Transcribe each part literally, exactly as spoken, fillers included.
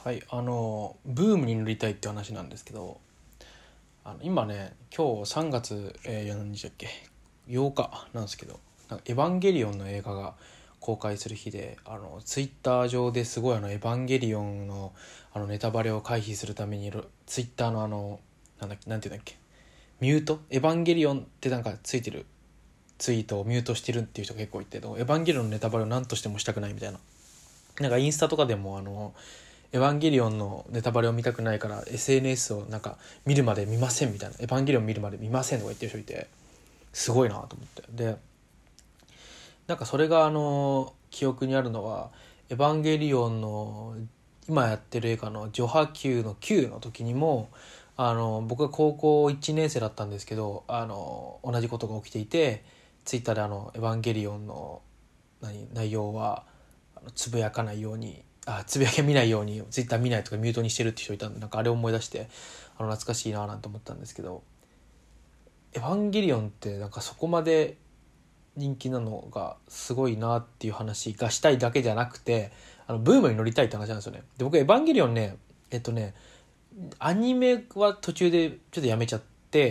はい、あのブームに乗りたいって話なんですけど、あの今ね今日さんがつ、えー、何日だっけようかなんですけど、なんかエヴァンゲリオンの映画が公開する日で、あのツイッター上ですごいあのエヴァンゲリオンのあのネタバレを回避するためにツイッターのあのなんだっけなんていうんだっけミュートエヴァンゲリオンってなんかついてるツイートをミュートしてるっていう人が結構いて、エヴァンゲリオンのネタバレを何としてもしたくないみたいな、なんかインスタとかでもあのエヴァンゲリオンのネタバレを見たくないから エスエヌエス をなんか見るまで見ませんみたいな、エヴァンゲリオン見るまで見ませんとか言ってる人いて、すごいなと思って。でなんかそれがあの記憶にあるのは、エヴァンゲリオンの今やってる映画のジョハ Q の Q の時にも、あの僕が高校いちねん生だったんですけど、あの同じことが起きていて、ツイッターであのエヴァンゲリオンの何内容はつぶやかないように、あつぶやき見ないようにツイッター見ないとかミュートにしてるって人いたんで、なんかあれを思い出してあの懐かしいななんて思ったんですけど、エヴァンゲリオンってなんかそこまで人気なのがすごいなっていう話がしたいだけじゃなくて、あのブームに乗りたいって話なんですよね。で僕エヴァンゲリオンねえっとねアニメは途中でちょっとやめちゃって、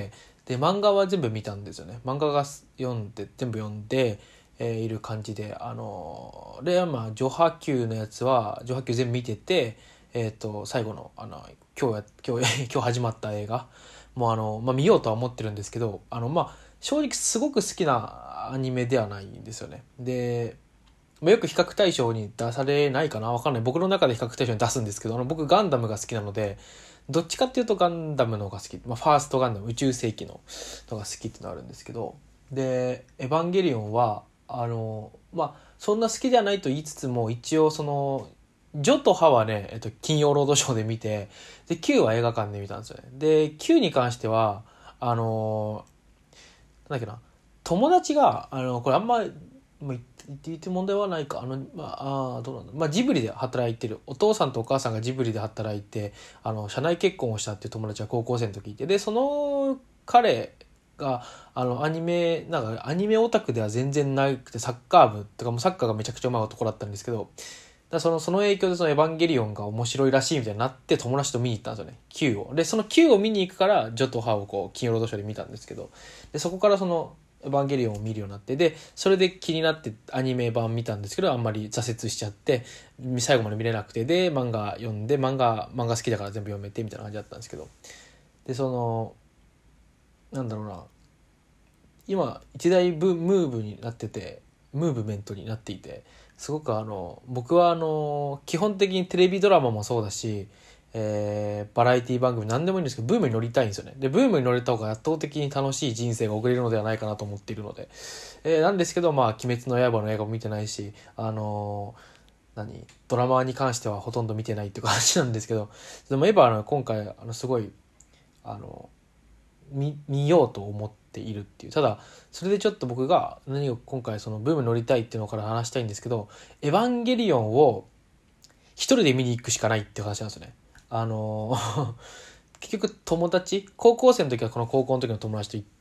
で漫画は全部見たんですよね。漫画が読んで全部読んで、えー、いる感じで、あのー、でまあジョハ Q のやつはジョハ Q 全部見てて、えっ、ー、と最後のあの今日や今日今日始まった映画もうあの、まあ、見ようとは思ってるんですけど、あのまあ正直すごく好きなアニメではないんですよね。でまあ、よく比較対象に出されないかな、わかんない。僕の中で比較対象に出すんですけど、あの僕ガンダムが好きなので、どっちかっていうとガンダムの方が好き、まあ、ファーストガンダム宇宙世紀ののが好きっていうのがあるんですけど、でエヴァンゲリオンはあのまあそんな好きではないと言いつつも、一応そのジョとハはね、えっと、金曜ロードショーで見て、で Q は映画館で見たんですよね。で Q に関してはあのなんだっけな、友達があのこれあんままあ、言って言って問題はないか、あの、まあ、あどうなんだ、まあ、ジブリで働いてるお父さんとお母さんがジブリで働いて、あの社内結婚をしたっていう友達が高校生の時いて、でその彼があのアニメなんかアニメオタクでは全然なくて、サッカー部とかもサッカーがめちゃくちゃ上手い男だったんですけど、だそのその影響でそのエヴァンゲリオンが面白いらしいみたいになって友達と見に行ったんですよね、 Q を。でその Q を見に行くからジョとハをこう金曜ロードショーで見たんですけど、でそこからそのエヴァンゲリオンを見るようになって、でそれで気になってアニメ版見たんですけど、あんまり挫折しちゃって最後まで見れなくて、で漫画読んで、漫画漫画好きだから全部読めてみたいな感じだったんですけど、でそのなんだろうな、今一大ブムーブになってて、ムーブメントになっていて、すごくあの僕はあの基本的にテレビドラマもそうだし、えー、バラエティ番組何でもいいんですけどブームに乗りたいんですよね。でブームに乗れた方が圧倒的に楽しい人生が送れるのではないかなと思っているので、えー、なんですけど、まあ鬼滅の刃の映画も見てないし、あのー、何ドラマに関してはほとんど見てないっていう話なんですけど、でもエヴァは今回あのすごいあの見見ようと思っているっていう。ただそれでちょっと僕が何を今回そのブームに乗りたいっていうのから話したいんですけど、エヴァンゲリオンを一人で見に行くしかないっていう話なんですよね。あの結局友達、高校生の時はこの高校の時の友達と行って、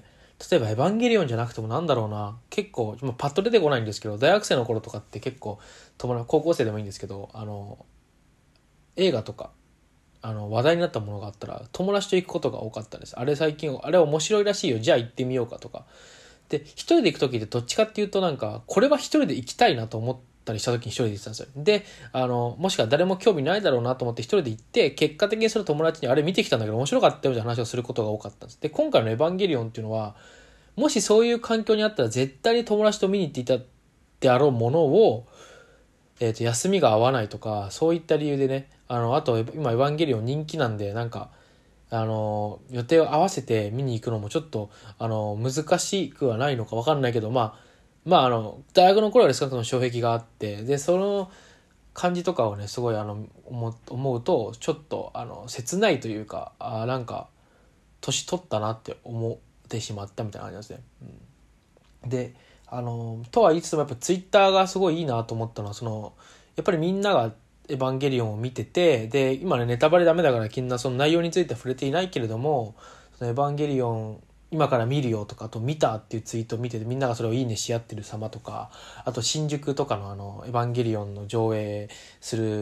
例えばエヴァンゲリオンじゃなくてもなんだろうな、結構パッと出てこないんですけど、大学生の頃とかって結構友達、高校生でもいいんですけど、あの映画とかあの話題になったものがあったら友達と行くことが多かったです。あれ最近あれ面白いらしいよ、じゃあ行ってみようかとか。で一人で行く時ってどっちかっていうと、なんかこれは一人で行きたいなと思ったりした時に一人で行ってたんですよ。であのもしくは誰も興味ないだろうなと思って一人で行って、結果的にそれ友達にあれ見てきたんだけど面白かったよみたいな話をすることが多かったんです。で今回のエヴァンゲリオンっていうのは、もしそういう環境にあったら絶対に友達と見に行っていたであろうものを、えー、と休みが合わないとかそういった理由でね、あのあと今エヴァンゲリオン人気なんで、なんかあの予定を合わせて見に行くのもちょっとあの難しくはないのか分かんないけど、まあまああの大学の頃は少なくとも障壁があって、でその感じとかをねすごいあの思思うとちょっとあの切ないというか、あなんか年取ったなって思ってしまったみたいな感じなんですね。うん、であのとは言いつつもやっぱツイッターがすごいいいなと思ったのは、そのやっぱりみんながエヴァンゲリオンを見てて、で今ねネタバレダメだからみんなその内容については触れていないけれども、そのエヴァンゲリオン今から見るよとか、あと見たっていうツイートを見ててみんながそれをいいねし合ってる様とか、あと新宿とかのあのエヴァンゲリオンの上映する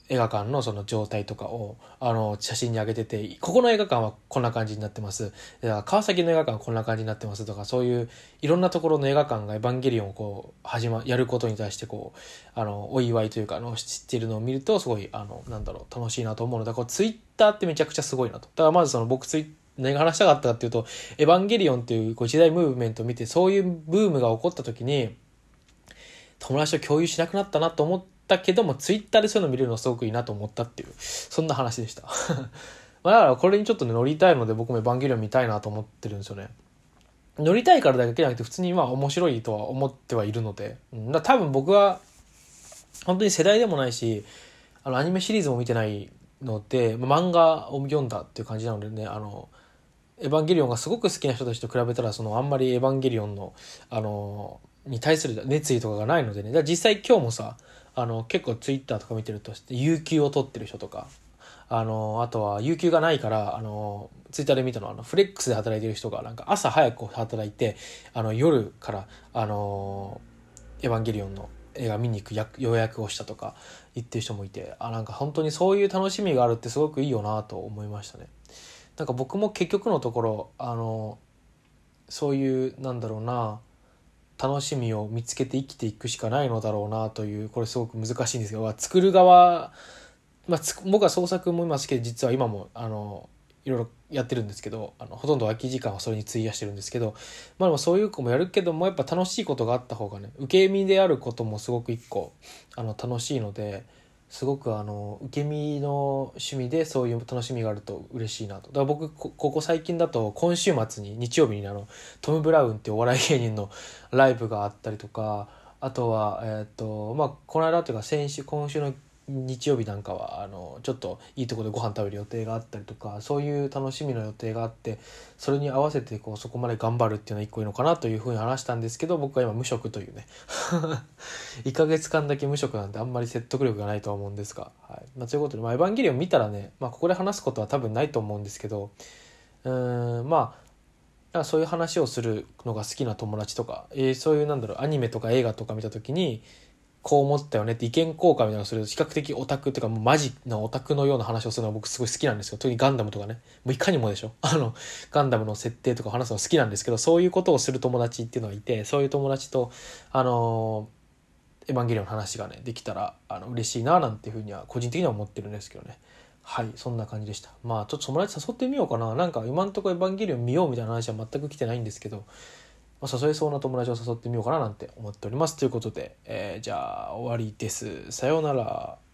映画館のその状態とかをあの写真に上げてて、ここの映画館はこんな感じになってます、川崎の映画館はこんな感じになってますとか、そういういろんなところの映画館がエヴァンゲリオンをこう始まやることに対してこうあのお祝いというかあの知っているのを見るとすごいあのなんだろう楽しいなと思うので、こうツイッターってめちゃくちゃすごいなと。だからまずその僕ツイ何が話したかったかっていうと、エヴァンゲリオンっていうこう時代ムーブメントを見て、そういうブームが起こった時に友達と共有しなくなったなと思ったけども、ツイッターでそういうの見れるのすごくいいなと思ったっていう、そんな話でしたまあだからこれにちょっとね乗りたいので、僕もエヴァンゲリオン見たいなと思ってるんですよね。乗りたいからだけじゃなくて普通にまあ面白いとは思ってはいるので、うん、だ多分僕は本当に世代でもないし、あのアニメシリーズも見てないので、まあ、漫画を読んだっていう感じなのでね、あのエヴァンゲリオンがすごく好きな人たちと比べたら、そのあんまりエヴァンゲリオンのあのに対する熱意とかがないのでね。だから実際今日もさ、あの結構ツイッターとか見てると有給を取ってる人とか、あのあとは有給がないからあのツイッターで見たのはあのフレックスで働いてる人がなんか朝早く働いて、あの夜からあのエヴァンゲリオンの映画見に行く予約をしたとか言ってる人もいて、あなんか本当にそういう楽しみがあるってすごくいいよなと思いましたね。なんか僕も結局のところあのそういうなんだろうな楽しみを見つけて生きていくしかないのだろうなという、これすごく難しいんですけど、作る側、まあ、僕は創作もいますけど、実は今もあのいろいろやってるんですけど、あのほとんど空き時間はそれに費やしてるんですけど、まあでもそういう子もやるけども、やっぱ楽しいことがあった方がね、受け身であることもすごく一個あの楽しいので、すごくあの受け身の趣味でそういう楽しみがあると嬉しいなと。だから僕ここ最近だと今週末に日曜日にあのトム・ブラウンっていうお笑い芸人のライブがあったりとか、あとはえっとまあこの間というか先週今週の日曜日なんかはあのちょっといいところでご飯食べる予定があったりとか、そういう楽しみの予定があって、それに合わせてこうそこまで頑張るっていうのは一個いいのかなというふうに話したんですけど、僕は今無職というねいっかげつかんだけ無職なんであんまり説得力がないとは思うんですが、はいまあ、ということで、まあ、エヴァンゲリオン見たらね、まあ、ここで話すことは多分ないと思うんですけど、うーんまあなんかそういう話をするのが好きな友達とか、えー、そういうなんだろうアニメとか映画とか見た時にこう思ったよねって意見交換みたいなのをする比較的オタクっていうかもうマジなオタクのような話をするのは僕すごい好きなんですけど、特にガンダムとかね、もういかにもでしょあのガンダムの設定とか話すの好きなんですけど、そういうことをする友達っていうのがいて、そういう友達とあのエヴァンゲリオンの話がねできたらあの嬉しいななんていうふうには個人的には思ってるんですけどね。はい、そんな感じでした。まあちょっと友達誘ってみようかな。なんか今んとこエヴァンゲリオン見ようみたいな話は全く来てないんですけど、まあ、誘えそうな友達を誘ってみようかななんて思っております。ということで、えー、じゃあ終わりです。さようなら。